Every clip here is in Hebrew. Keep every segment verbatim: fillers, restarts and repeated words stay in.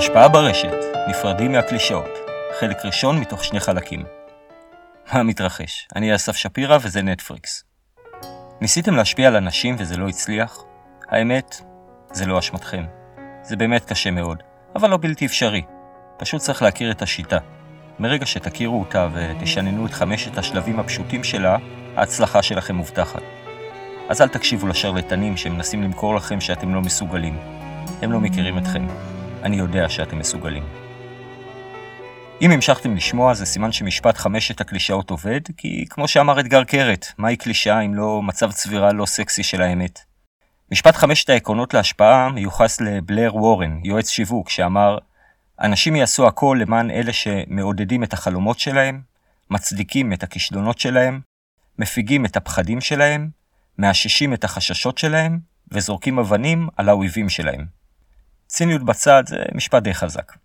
השפעה ברשת, נפרדים מהקלישאות, חלק ראשון מתוך שני חלקים. מה מתרחש? אני אסף שפירא וזה נטפליקס. ניסיתם להשפיע על אנשים וזה לא הצליח? האמת, זה לא אשמתכם. זה באמת קשה מאוד, אבל לא בלתי אפשרי. פשוט צריך להכיר את השיטה. מרגע שתכירו אותה ותשננו את חמשת השלבים הפשוטים שלה, ההצלחה שלכם מובטחת. אז אל תקשיבו לשרלטנים שמנסים למכור לכם שאתם לא מסוגלים. הם לא מכירים אתכם. אני יודע שאתם מסוגלים. אם המשכתם לשמוע, זה סימן שמשפט חמשת הקלישאות עובד, כי כמו שאמר אדגר קרת, מהי קלישאה אם לא מצב צבירה לא סקסי של האמת? משפט חמשת העקרונות להשפעה מיוחס לבלר וורן, יועץ שיווק, שאמר, אנשים יעשו הכל למען אלה שמעודדים את החלומות שלהם, מצדיקים את הכישלונות שלהם, מפיגים את הפחדים שלהם, מאששים את החששות שלהם, וזורקים אבנים על האויבים שלהם. ציניות בצד זה משפט די חזק.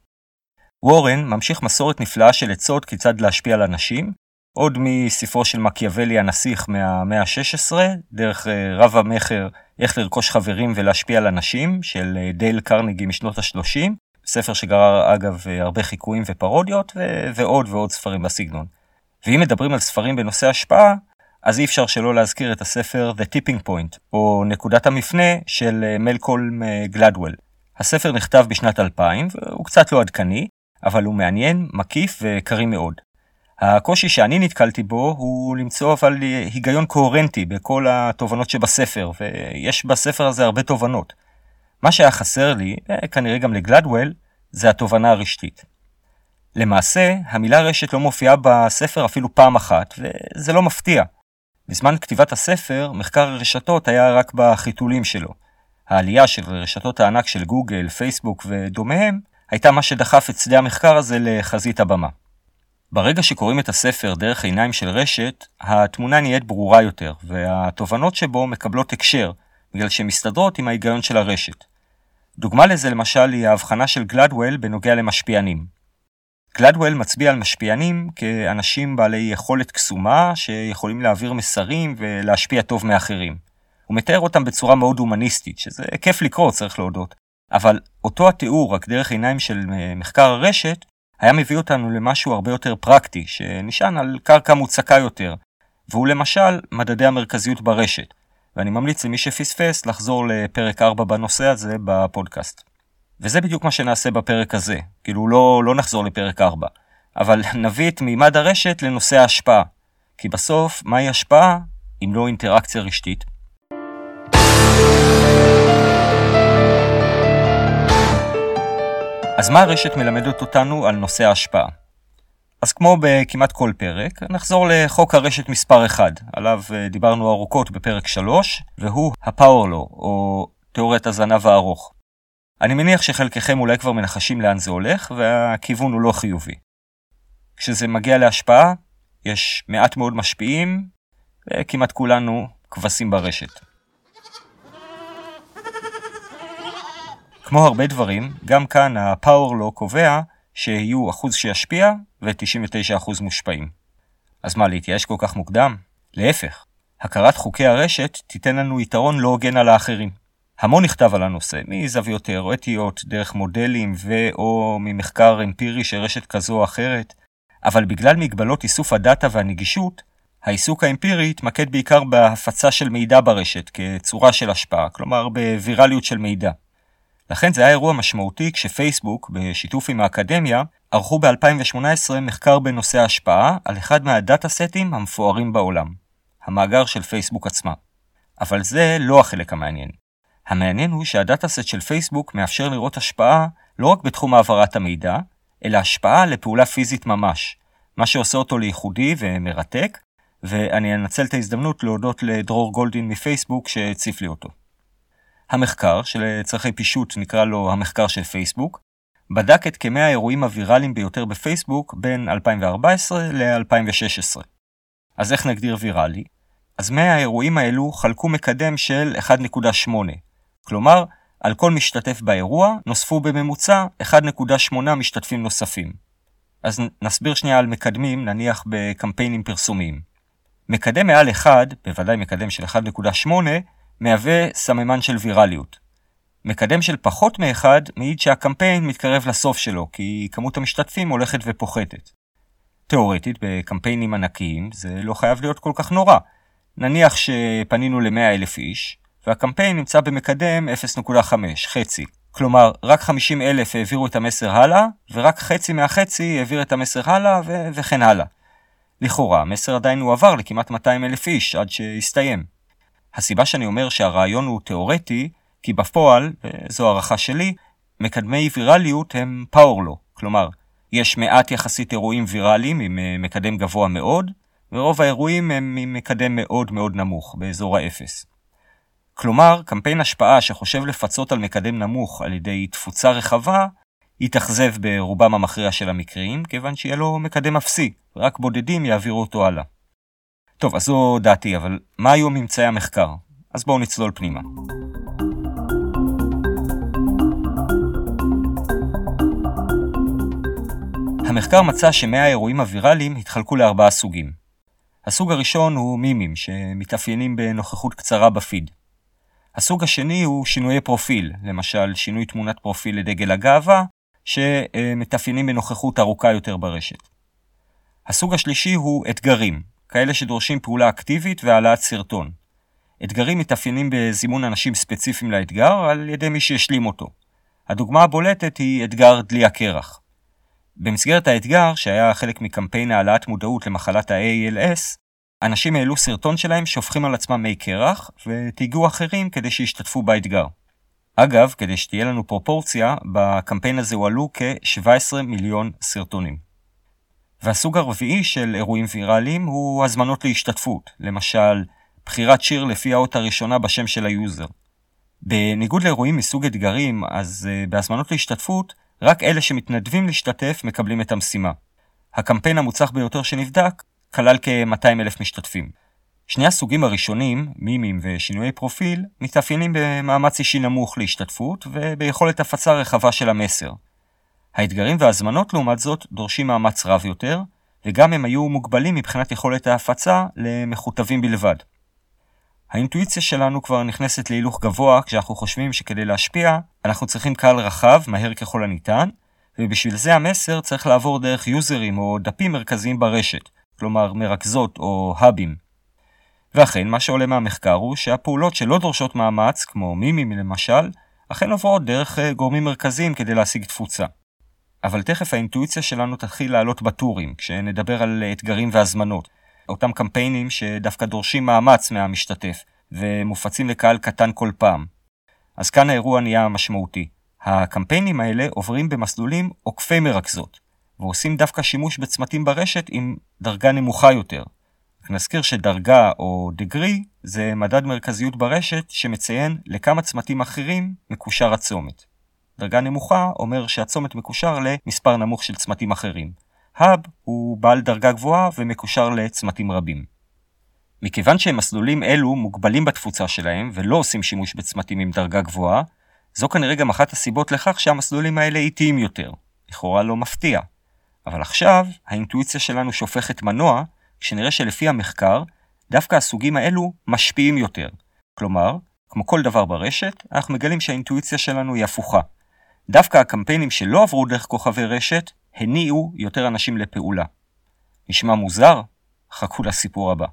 וורן ממשיך מסורת נפלאה של עצות כיצד להשפיע על אנשים, עוד מספרו של מקיאוולי הנסיך מהמאה ה-שש עשרה, דרך רב המחר איך לרכוש חברים ולהשפיע על אנשים, של דייל קרניגי משנות ה-שלושים, ספר שגרר אגב הרבה חיקויים ופרודיות, ו- ועוד ועוד ספרים בסגנון. ואם מדברים על ספרים בנושא השפעה, אז אי אפשר שלא להזכיר את הספר The Tipping Point, או נקודת המפנה של מלקולם גלדוול. הספר נכתב בשנת אלפיים, והוא קצת לא עדכני, אבל הוא מעניין, מקיף וקריא מאוד. הקושי שאני נתקלתי בו הוא למצוא אבל היגיון קוהרנטי בכל התובנות שבספר, ויש בספר הזה הרבה תובנות. מה שהיה חסר לי, כנראה גם לגלדוול, זה התובנה הרשתית. למעשה, המילה רשת לא מופיעה בספר אפילו פעם אחת, וזה לא מפתיע. בזמן כתיבת הספר, מחקר הרשתות היה רק בחיתולים שלו. העלייה של רשתות הענק של גוגל, פייסבוק ודומיהם, הייתה מה שדחף את שדה המחקר הזה לחזית הבמה. ברגע שקוראים את הספר דרך עיניים של רשת, התמונה נהיית ברורה יותר, והתובנות שבו מקבלות הקשר, בגלל שהן מסתדרות עם ההיגיון של הרשת. דוגמה לזה למשל היא ההבחנה של גלדוול בנוגע למשפיענים. גלדוול מצביע על משפיענים כאנשים בעלי יכולת קסומה שיכולים להעביר מסרים ולהשפיע טוב מאחרים. הוא מתאר אותם בצורה מאוד הומניסטית, שזה כיף לקרוא, צריך להודות. אבל אותו התיאור, רק דרך עיניים של מחקר הרשת, היה מביא אותנו למשהו הרבה יותר פרקטי, שנשען על קרקע מוצקה יותר, והוא למשל מדדי המרכזיות ברשת. ואני ממליץ למי שפספס לחזור לפרק ארבע בנושא הזה בפודקאסט. וזה בדיוק מה שנעשה בפרק הזה, כאילו לא, לא נחזור לפרק ארבע, אבל נביא את מימד הרשת לנושא ההשפעה, כי בסוף מהי השפעה אם לא אינטראקציה רשתית? אז מה הרשת מלמדת אותנו על נושא ההשפעה? אז כמו בכמעט כל פרק, נחזור לחוק הרשת מספר אחד, עליו דיברנו ארוכות בפרק שלוש, והוא ה-Power Law, או תיאוריית הזנב הארוך. אני מניח שחלקכם אולי כבר מנחשים לאן זה הולך, והכיוון הוא לא חיובי. כשזה מגיע להשפעה, יש מעט מאוד משפיעים, וכמעט כולנו כבשים ברשת. כמו הרבה דברים, גם כאן ה-Power Law קובע שיהיו אחוז שישפיע ו-תשעים ותשעה אחוז מושפעים. אז מה, להתייאש כל כך מוקדם? להפך, הכרת חוקי הרשת תיתן לנו יתרון לא הוגן על האחרים. המון נכתב על הנושא, מזוויות תיאורטיות, דרך מודלים ו/או ממחקר אמפירי של רשת כזו או אחרת, אבל בגלל מגבלות איסוף הדאטה והנגישות, העיסוק האמפירי התמקד בעיקר בהפצה של מידע ברשת כצורה של השפעה, כלומר בווירליות של מידע. לכן זה היה אירוע משמעותי כשפייסבוק, בשיתוף עם האקדמיה, ערכו ב-אלפיים שמונה עשרה מחקר בנושא ההשפעה על אחד מהדאטה סטים המפוארים בעולם, המאגר של פייסבוק עצמה. אבל זה לא החלק המעניין. המעניין הוא שהדאטה סט של פייסבוק מאפשר לראות השפעה לא רק בתחום העברת המידע, אלא השפעה לפעולה פיזית ממש, מה שעושה אותו לייחודי ומרתק, ואני אנצל את ההזדמנות להודות לדרור גולדין מפייסבוק שהציף לי אותו. המחקר, שלצרכי פישוט נקרא לו המחקר של פייסבוק, בדק את כמאה האירועים הווירליים ביותר בפייסבוק בין אלפיים וארבע עשרה ל-אלפיים ושש עשרה. אז איך נגדיר ויראלי? אז מאה האירועים האלו חלקו מקדם של אחת נקודה שמונה. כלומר, על כל משתתף באירוע נוספו בממוצע אחת נקודה שמונה משתתפים נוספים. אז נסביר שנייה על מקדמים, נניח בקמפיינים פרסומיים. מקדם מעל אחד, בוודאי מקדם של אחת נקודה שמונה, מהווה סממן של וירליות. מקדם של פחות מאחד מעיד שהקמפיין מתקרב לסוף שלו, כי כמות המשתתפים הולכת ופוחתת. תיאורטית, בקמפיינים ענקיים זה לא חייב להיות כל כך נורא. נניח שפנינו ל-מאה אלף איש, והקמפיין נמצא במקדם אפס נקודה חמש, חצי. כלומר, רק חמישים אלף העבירו את המסר הלאה, ורק חצי מהחצי העביר את המסר הלאה, ו- וכן הלאה. לכאורה, המסר עדיין הוא עבר לכמעט מאתיים אלף איש עד שהסתיים. הסיבה שאני אומר שהרעיון הוא תיאורטי, כי בפועל, וזו הערכה שלי, מקדמי ויראליות הם פאורלו. כלומר, יש מעט יחסית אירועים ויראליים עם מקדם גבוה מאוד, ורוב האירועים הם עם מקדם מאוד מאוד נמוך, באזור האפס. כלומר, קמפיין השפעה שחושב לפצות על מקדם נמוך על ידי תפוצה רחבה, יתאכזב ברובם המכריע של המקרים, כיוון שיהיה לו מקדם אפסי, ורק בודדים יעבירו אותו הלאה. טוב, אז זו דעתי, אבל מה היו ממצאי המחקר? אז בואו נצלול פנימה. המחקר מצא שמאה האירועים הוויראליים התחלקו לארבעה סוגים. הסוג הראשון הוא מימים, שמתאפיינים בנוכחות קצרה בפיד. הסוג השני הוא שינויי פרופיל, למשל שינוי תמונת פרופיל לדגל הגאווה, שמתאפיינים בנוכחות ארוכה יותר ברשת. הסוג השלישי הוא אתגרים, כאלה שדורשים פעולה אקטיבית והעלאת סרטון. אתגרים מתאפיינים בזימון אנשים ספציפיים לאתגר על ידי מי שישלים אותו. הדוגמה הבולטת היא אתגר דלי הקרח. במסגרת האתגר, שהיה חלק מקמפיין העלאת מודעות למחלת ה-איי אל אס, אנשים העלו סרטון שלהם שופכים על עצמם מי קרח ותיגעו אחרים כדי שישתתפו באתגר. אגב, כדי שתהיה לנו פרופורציה, בקמפיין הזה הועלו כ-שבעה עשר מיליון סרטונים. והסוג הרביעי של אירועים ויראליים הוא הזמנות להשתתפות, למשל, בחירת שיר לפי האות הראשונה בשם של היוזר. בניגוד לאירועים מסוג אתגרים, אז uh, בהזמנות להשתתפות, רק אלה שמתנדבים להשתתף מקבלים את המשימה. הקמפיין המוצלח ביותר שנבדק כלל כ-מאתיים אלף משתתפים. שני הסוגים הראשונים, מימים ושינויי פרופיל, מתאפיינים במאמץ אישי נמוך להשתתפות וביכולת הפצה רחבה של המסר. האתגרים וההזמנות לעומת זאת דורשים מאמץ רב יותר, וגם הם היו מוגבלים מבחינת יכולת ההפצה למחוטבים בלבד. האינטואיציה שלנו כבר נכנסת להילוך גבוה כשאנחנו חושבים שכדי להשפיע אנחנו צריכים קהל רחב מהר ככל הניתן, ובשביל זה המסר צריך לעבור דרך יוזרים או דפים מרכזיים ברשת, כלומר מרכזות או האבים. ואכן מה שעולה מהמחקר הוא שהפעולות שלא דורשות מאמץ, כמו מימים למשל, אכן עוברות דרך גורמים מרכזיים כדי להשיג תפוצה. אבל תכף האינטואיציה שלנו תתחיל לעלות בטורים, כשנדבר על אתגרים והזמנות. אותם קמפיינים שדווקא דורשים מאמץ מהמשתתף, ומופצים לקהל קטן כל פעם. אז כאן האירוע נהיה משמעותי. הקמפיינים האלה עוברים במסלולים עוקפי מרכזות, ועושים דווקא שימוש בצמתים ברשת עם דרגה נמוכה יותר. נזכיר שדרגה או דגרי זה מדד מרכזיות ברשת שמציין לכמה צמתים אחרים מקושר הצומת. דרגה נמוכה אומר שהצומת מקושר למספר נמוך של צמתים אחרים. האב הוא בעל דרגה גבוהה ומקושר לצמתים רבים. מכיוון שהם מסלולים אלו מוגבלים בתפוצה שלהם ולא עושים שימוש בצמתים עם דרגה גבוהה, זו כנראה גם אחת הסיבות לכך שהמסלולים האלה איטיים יותר. לכאורה לא מפתיע. אבל עכשיו האינטואיציה שלנו שופכת מנוע, כשנראה שלפי המחקר, דווקא הסוגים האלו משפיעים יותר. כלומר, כמו כל דבר ברשת, אנחנו מגלים שהאינטואיציה שלנו היא הפוכה. דווקא הקמפיינים שלא עברו דרך כוכבי רשת, הניעו יותר אנשים לפעולה. נשמע מוזר? חכו לסיפור הבא.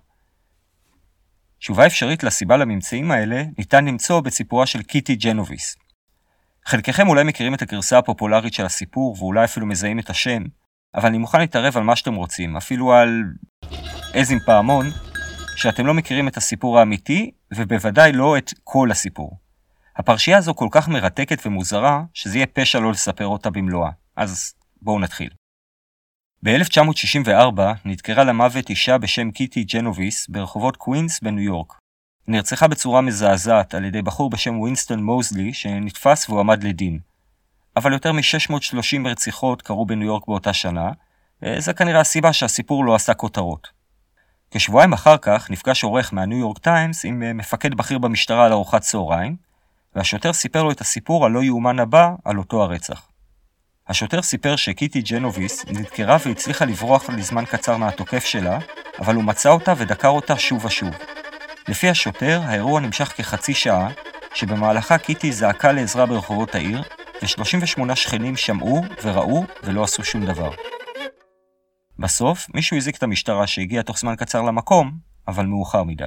תשובה אפשרית לסיבה לממצאים האלה ניתן למצוא בסיפורה של קיטי ג'נוביס. חלקכם אולי מכירים את הגרסה הפופולרית של הסיפור ואולי אפילו מזהים את השם, אבל אני מוכן להתערב על מה שאתם רוצים, אפילו על עז עם פעמון, שאתם לא מכירים את הסיפור האמיתי ובוודאי לא את כל הסיפור. הפרשייה הזו כל כך מרתקת ומוזרה שזה יהיה פשע לא לספר אותה במלואה. אז בואו נתחיל. ב-אלף תשע מאות שישים וארבע נדקרה למוות אישה בשם קיטי ג'נוביס ברחובות קווינס בניו יורק. היא נרצחה בצורה מזעזעת על ידי בחור בשם ווינסטון מוזלי שנתפס והוא עמד לדין. אבל יותר מ-שש מאות ושלושים רציחות קרו בניו יורק באותה שנה, וזה כנראה הסיבה שהסיפור לא עשה כותרות. כשבועיים אחר כך נפגש עורך מהניו יורק טיימס עם מפקד בכיר במשטרה על ארוחת צהריים, והשוטר סיפר לו את הסיפור הלא יאומן הבא על אותו הרצח. השוטר סיפר שקיטי ג'נוביס נדקרה והצליחה לברוח לזמן קצר מהתוקף שלה, אבל הוא מצא אותה ודקר אותה שוב ושוב. לפי השוטר, האירוע נמשך כחצי שעה, שבמהלכה קיטי זעקה לעזרה ברחובות העיר, ו-שלושים ושמונה שכנים שמעו וראו ולא עשו שום דבר. בסוף, מישהו הזיק את המשטרה שהגיע תוך זמן קצר למקום, אבל מאוחר מדי.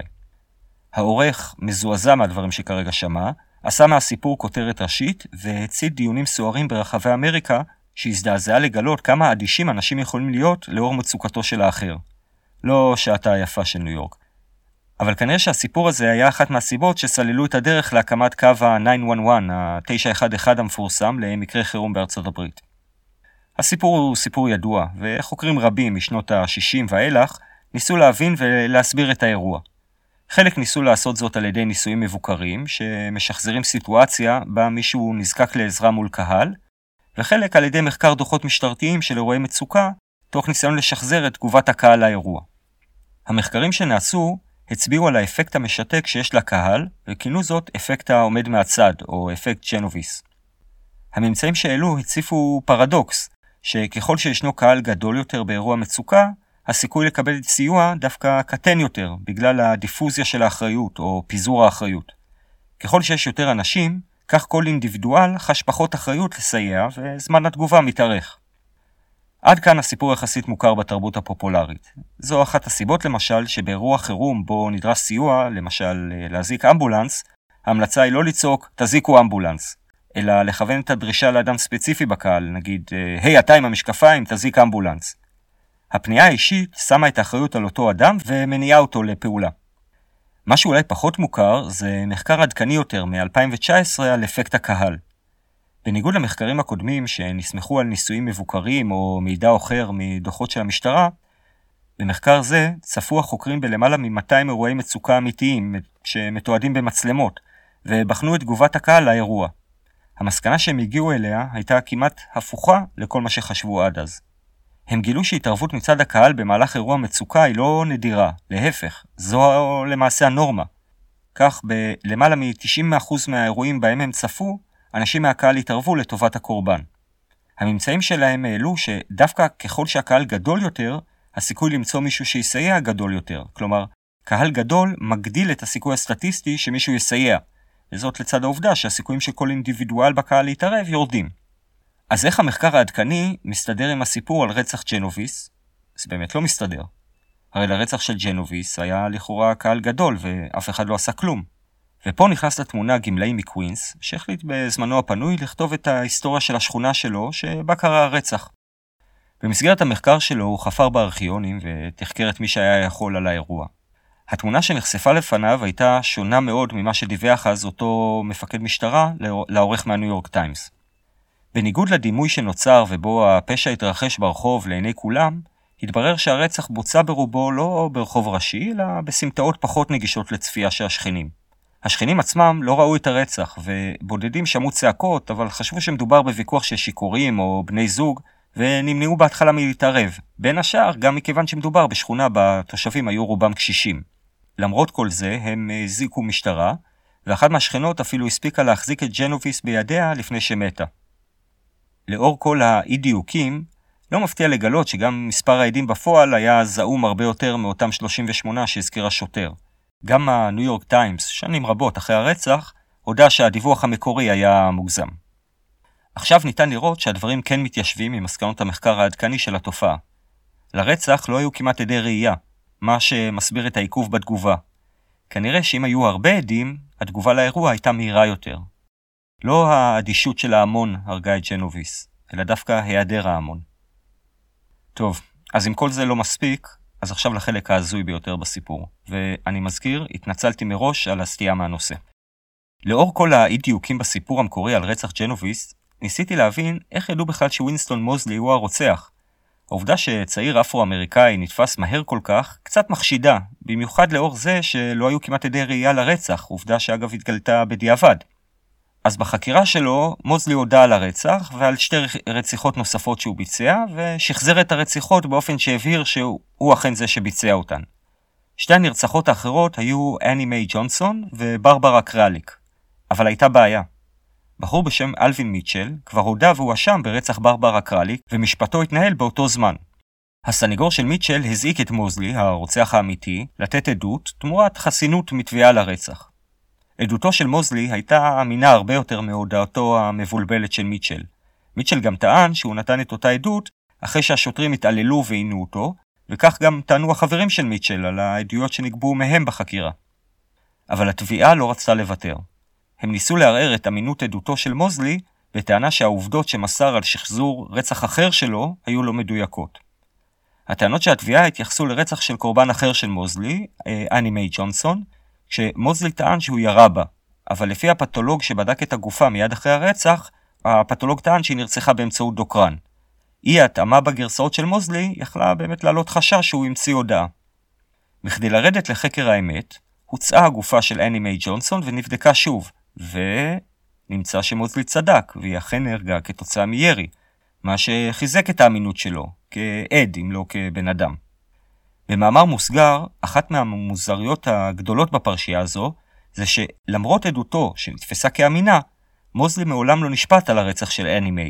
העורך, מזועזע מהדברים שכרגע שמע, עשה מהסיפור כותרת ראשית, והצית דיונים סוערים ברחבי אמריקה, שהזדעזעה לגלות כמה אדישים אנשים יכולים להיות לאור מצוקתו של האחר. לא שעתה היפה של ניו יורק. אבל כנראה שהסיפור הזה היה אחת מהסיבות שסללו את הדרך להקמת קו ה-תשע אחת אחת, ה-תשע אחת אחת המפורסם למקרה חירום בארצות הברית. הסיפור הוא סיפור ידוע, וחוקרים רבים משנות ה-שישים ואילך ניסו להבין ולהסביר את האירוע. חלק ניסו לעשות זאת על ידי ניסויים מבוקרים, שמשחזרים סיטואציה בה מישהו נזקק לעזרה מול קהל, וחלק על ידי מחקר דוחות משטרתיים של אירועי מצוקה, תוך ניסיון לשחזר את תגובת הקהל לאירוע. המחקרים שנעשו הצביעו על האפקט המשתק שיש לקהל, וכינו זאת אפקט העומד מהצד, או אפקט ג'נוביס. הממצאים שאלו הציפו פרדוקס, שככל שישנו קהל גדול יותר באירוע מצוקה, הסיכוי לקבל סיוע דווקא קטן יותר, בגלל הדיפוזיה של האחריות, או פיזור האחריות. ככל שיש יותר אנשים, כך כל אינדיבידואל חש פחות אחריות לסייע, וזמן התגובה מתארך. עד כאן הסיפור יחסית מוכר בתרבות הפופולרית. זו אחת הסיבות למשל שבאירוע חירום בו נדרש סיוע, למשל להזיק אמבולנס, ההמלצה היא לא לצעוק תזיקו אמבולנס, אלא לכוון את הדרישה לאדם ספציפי בקהל, נגיד, היי אתה עם המשקפיים תזיק אמבולנס. הפנייה האישית שמה את האחריות על אותו אדם ומניעה אותו לפעולה. מה שאולי פחות מוכר זה מחקר עדכני יותר מ-אלפיים תשע עשרה על אפקט הקהל. בניגוד למחקרים הקודמים שנסמכו על ניסויים מבוקרים או מידע אחר מדוחות של המשטרה, במחקר זה צפו החוקרים בלמעלה מ-מאתיים אירועי מצוקה אמיתיים שמתועדים במצלמות, ובחנו את תגובת הקהל לאירוע. המסקנה שהם הגיעו אליה הייתה כמעט הפוכה לכל מה שחשבו עד אז. הם גילו שהתערבות מצד הקהל במהלך אירוע מצוקה היא לא נדירה, להפך, זו למעשה הנורמה. כך בלמעלה מ-תשעים אחוז מהאירועים בהם הם צפו, אנשים מהקהל התערבו לטובת הקורבן. הממצאים שלהם העלו שדווקא ככל שהקהל גדול יותר, הסיכוי למצוא מישהו שיסייע גדול יותר. כלומר, קהל גדול מגדיל את הסיכוי הסטטיסטי שמישהו יסייע, וזאת לצד העובדה שהסיכויים של כל אינדיבידואל בקהל להתערב יורדים. אז איך המחקר העדכני מסתדר עם הסיפור על רצח ג'נוביס? זה באמת לא מסתדר. הרי לרצח של ג'נוביס היה לכאורה קהל גדול ואף אחד לא עשה כלום. ופה נכנס לתמונה גמלאי מקווינס, שהחליט בזמנו הפנוי לכתוב את ההיסטוריה של השכונה שלו שבה קרה הרצח. במסגרת המחקר שלו הוא חפר בארכיונים ותחקר את מי שהיה יכול על האירוע. התמונה שנחשפה לפניו הייתה שונה מאוד ממה שדיווח אז אותו מפקד משטרה לעורך מהניו יורק טיימס. בניגוד לדימוי שנוצר ובו הפשע התרחש ברחוב לעיני כולם, התברר שהרצח בוצע ברובו לא ברחוב ראשי, אלא בסמטאות פחות נגישות לצפייה של השכנים. השכנים עצמם לא ראו את הרצח, ובודדים שמעו צעקות, אבל חשבו שמדובר בוויכוח של שיכורים או בני זוג, ונמנעו בהתחלה מלהתערב. בין השאר, גם מכיוון שמדובר בשכונה בה תושבים היו רובם קשישים. למרות כל זה, הם הזיקו משטרה, ואחת מהשכנות אפילו הספיקה להחזיק את ג'נוביס בידיה לפני שמתה. לאור כל האי-דיוקים, לא מפתיע לגלות שגם מספר העדים בפועל היה זעום הרבה יותר מאותם שלושים ושמונה שהזכיר השוטר. גם הניו יורק טיימס, שנים רבות אחרי הרצח, הודע שהדיווח המקורי היה מוגזם. עכשיו ניתן לראות שהדברים כן מתיישבים עם מסקנות המחקר העדכני של התופעה. לרצח לא היו כמעט עדי ראייה, מה שמסביר את העיכוב בתגובה. כנראה שאם היו הרבה עדים, התגובה לאירוע הייתה מהירה יותר. לא האדישות של ההמון הרגה את ג'נוביס, אלא דווקא היעדר ההמון. טוב, אז אם כל זה לא מספיק, אז עכשיו לחלק ההזוי ביותר בסיפור. ואני מזכיר, התנצלתי מראש על הסטייה מהנושא. לאור כל האי-דיוקים בסיפור המקורי על רצח ג'נוביס, ניסיתי להבין איך ידעו בכלל שווינסטון מוזלי הוא הרוצח. העובדה שצעיר אפרו-אמריקאי נתפס מהר כל כך, קצת מחשידה, במיוחד לאור זה שלא היו כמעט עדי ראייה לרצח, עובדה שאגב התגלתה בדיעבד. אז בחקירה שלו, מוזלי הודע על הרצח ועל שתי רציחות נוספות שהוא ביצע, ושחזר את הרציחות באופן שהבהיר שהוא אכן זה שביצע אותן. שתי הנרצחות האחרות היו אני מיי ג'ונסון וברברה קראליק. אבל הייתה בעיה. בחור בשם אלווין מיטשל כבר הודע והואשם ברצח ברברה קראליק, ומשפטו התנהל באותו זמן. הסניגור של מיטשל הזעיק את מוזלי, הרוצח האמיתי, לתת עדות תמורת חסינות מתביעה לרצח. עדותו של מוזלי הייתה אמינה הרבה יותר מהודעתו המבולבלת של מיטשל. מיטשל גם טען שהוא נתן את אותה עדות אחרי שהשוטרים התעללו ועינו אותו, וכך גם טענו החברים של מיטשל על העדויות שנקבעו מהם בחקירה. אבל התביעה לא רצתה לוותר. הם ניסו לערער את אמינות עדותו של מוזלי, בטענה שהעובדות שמסר על שחזור רצח אחר שלו היו לא מדויקות. הטענות שהתביעה התייחסו לרצח של קורבן אחר של מוזלי, אני מיי ג'ונסון, כשמוזלי טען שהוא ירה בה, אבל לפי הפתולוג שבדק את הגופה מיד אחרי הרצח, הפתולוג טען שהיא נרצחה באמצעות דוקרן. אי ההתאמה בגרסאות של מוזלי יכלה באמת לעלות חשש שהוא המציא הודעה. בכדי לרדת לחקר האמת, הוצאה הגופה של אני מיי ג'ונסון ונבדקה שוב, ונמצא שמוזלי צדק, והיא אכן נהרגה כתוצאה מירי, מה שחיזק את האמינות שלו, כעד אם לא כבן אדם. במאמר מוסגר, אחת מהמוזריות הגדולות בפרשייה הזו, זה שלמרות עדותו שנתפסה כאמינה, מוזלי מעולם לא נשפט על הרצח של אני מיי.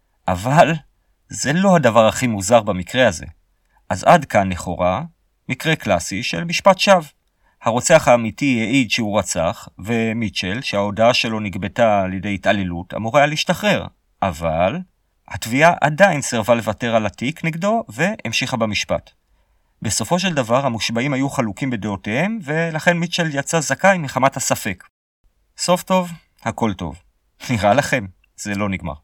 אבל זה לא הדבר הכי מוזר במקרה הזה. אז עד כאן לכאורה, מקרה קלאסי של משפט שווא. הרוצח האמיתי העיד שהוא רצח, ומיטשל, שההודעה שלו נגבתה על ידי התעללות, אמור היה להשתחרר. אבל התביעה עדיין סירבה לוותר על התיק נגדו, והמשיכה במשפט. בסופו של דבר, המושבעים היו חלוקים בדעותיהם, ולכן מיטשל יצא זכאי מחמת הספק. סוף טוב, הכל טוב. נראה לכם, זה לא נגמר.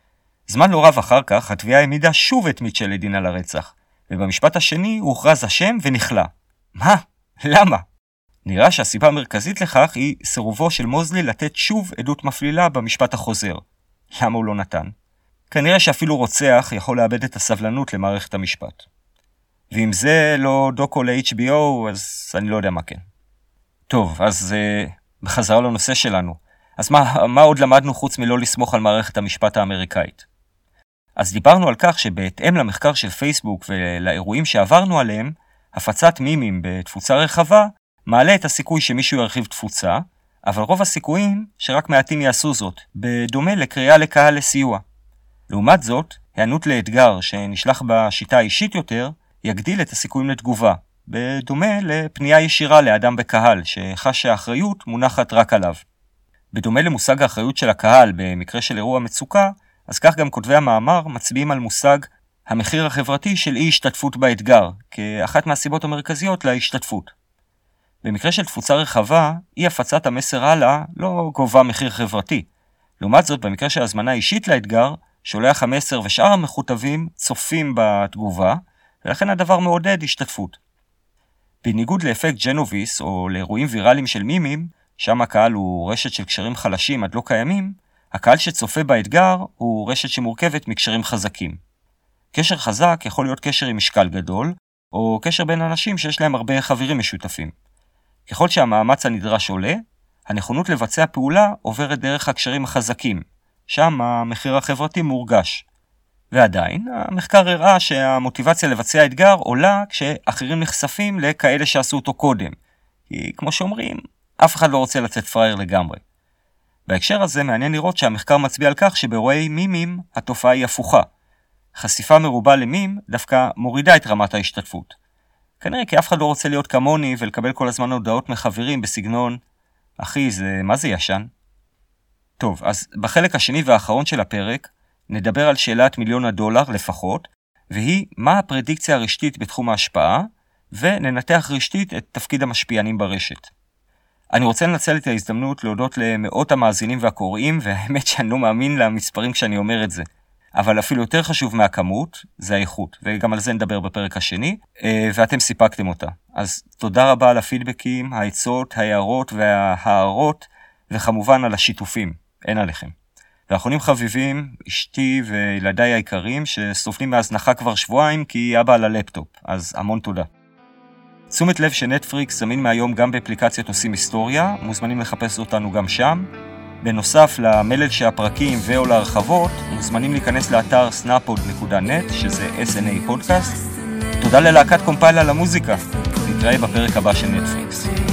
זמן לא רב אחר כך, התביעה העמידה שוב את מיטשל לדין על הרצח, ובמשפט השני הוא הוכרז אשם ונכלא. מה? למה? נראה שהסיבה המרכזית לכך היא סירובו של מוזלי לתת שוב עדות מפלילה במשפט החוזר. למה הוא לא נתן? כנראה שאפילו רוצח יכול לאבד את הסבלנות למערכת המשפט. ואם זה לא דוקו ל-אייץ' בי או, אז אני לא יודע מה כן. טוב, אז uh, בחזרה לנושא שלנו. אז מה, מה עוד למדנו חוץ מלא לסמוך על מערכת המשפט האמריקאית? אז דיברנו על כך שבהתאם למחקר של פייסבוק ולאירועים שעברנו עליהם, הפצת מימים בתפוצה רחבה מעלה את הסיכוי שמישהו ירחיב תפוצה, אבל רוב הסיכויים שרק מעטים יעשו זאת, בדומה לקריאה לקהל לסיוע. לעומת זאת, הענות לאתגר שנשלח בשיטה האישית יותר, יגדיל את הסיכויים לתגובה, בדומה לפנייה ישירה לאדם בקהל, שחש שהאחריות מונחת רק עליו. בדומה למושג האחריות של הקהל במקרה של אירוע מצוקה, אז כך גם כותבי המאמר מצביעים על מושג המחיר החברתי של אי השתתפות באתגר, כאחת מהסיבות המרכזיות להשתתפות. במקרה של תפוצה רחבה, אי הפצת המסר הלאה לא גובה מחיר חברתי. לעומת זאת, במקרה של הזמנה אישית לאתגר, שולח המסר ושאר המכותבים צופים בתגובה, ולכן הדבר מעודד השתתפות. בניגוד לאפקט ג'נוביס או לאירועים ויראליים של מימים, שם הקהל הוא רשת של קשרים חלשים עד לא קיימים, הקהל שצופה באתגר הוא רשת שמורכבת מקשרים חזקים. קשר חזק יכול להיות קשר עם משקל גדול, או קשר בין אנשים שיש להם הרבה חברים משותפים. ככל שהמאמץ הנדרש עולה, הנכונות לבצע פעולה עוברת דרך הקשרים החזקים, שם המחיר החברתי מורגש. ועדיין, המחקר הראה שהמוטיבציה לבצע אתגר עולה כשאחרים נחשפים לכאלה שעשו אותו קודם. כי כמו שאומרים, אף אחד לא רוצה לצאת פרייר לגמרי. בהקשר הזה מעניין לראות שהמחקר מצביע על כך שבאירועי מימים התופעה היא הפוכה. חשיפה מרובה למים דווקא מורידה את רמת ההשתתפות. כנראה כי אף אחד לא רוצה להיות כמוני ולקבל כל הזמן הודעות מחברים בסגנון, אחי, זה מה זה ישן? טוב, אז בחלק השני והאחרון של הפרק נדבר על שאלת מיליון הדולר לפחות, והיא מה הפרדיקציה הרשתית בתחום ההשפעה, וננתח רשתית את תפקיד המשפיענים ברשת. אני רוצה לנצל את ההזדמנות להודות למאות המאזינים והקוראים, והאמת שאני לא מאמין למספרים כשאני אומר את זה. אבל אפילו יותר חשוב מהכמות, זה האיכות, וגם על זה נדבר בפרק השני, ואתם סיפקתם אותה. אז תודה רבה על הפידבקים, העצות, ההערות וההערות, וכמובן על השיתופים, אין עליכם. ואחרונים חביבים, אשתי וילדיי היקרים, שסופנים מהזנחה כבר שבועיים, כי היא אבא על הלפטופ, אז המון תודה. תשומת לב שנטפריקס זמין מהיום גם באפליקציית עושים היסטוריה, מוזמנים לחפש אותנו גם שם. בנוסף למלל שהפרקים ואו להרחבות, מוזמנים להיכנס לאתר סנאפוד נקודה נט, שזה אס אן איי פודקאסט. תודה ללהקת קומפייל על המוזיקה. נתראה בפרק הבא של נטפריקס.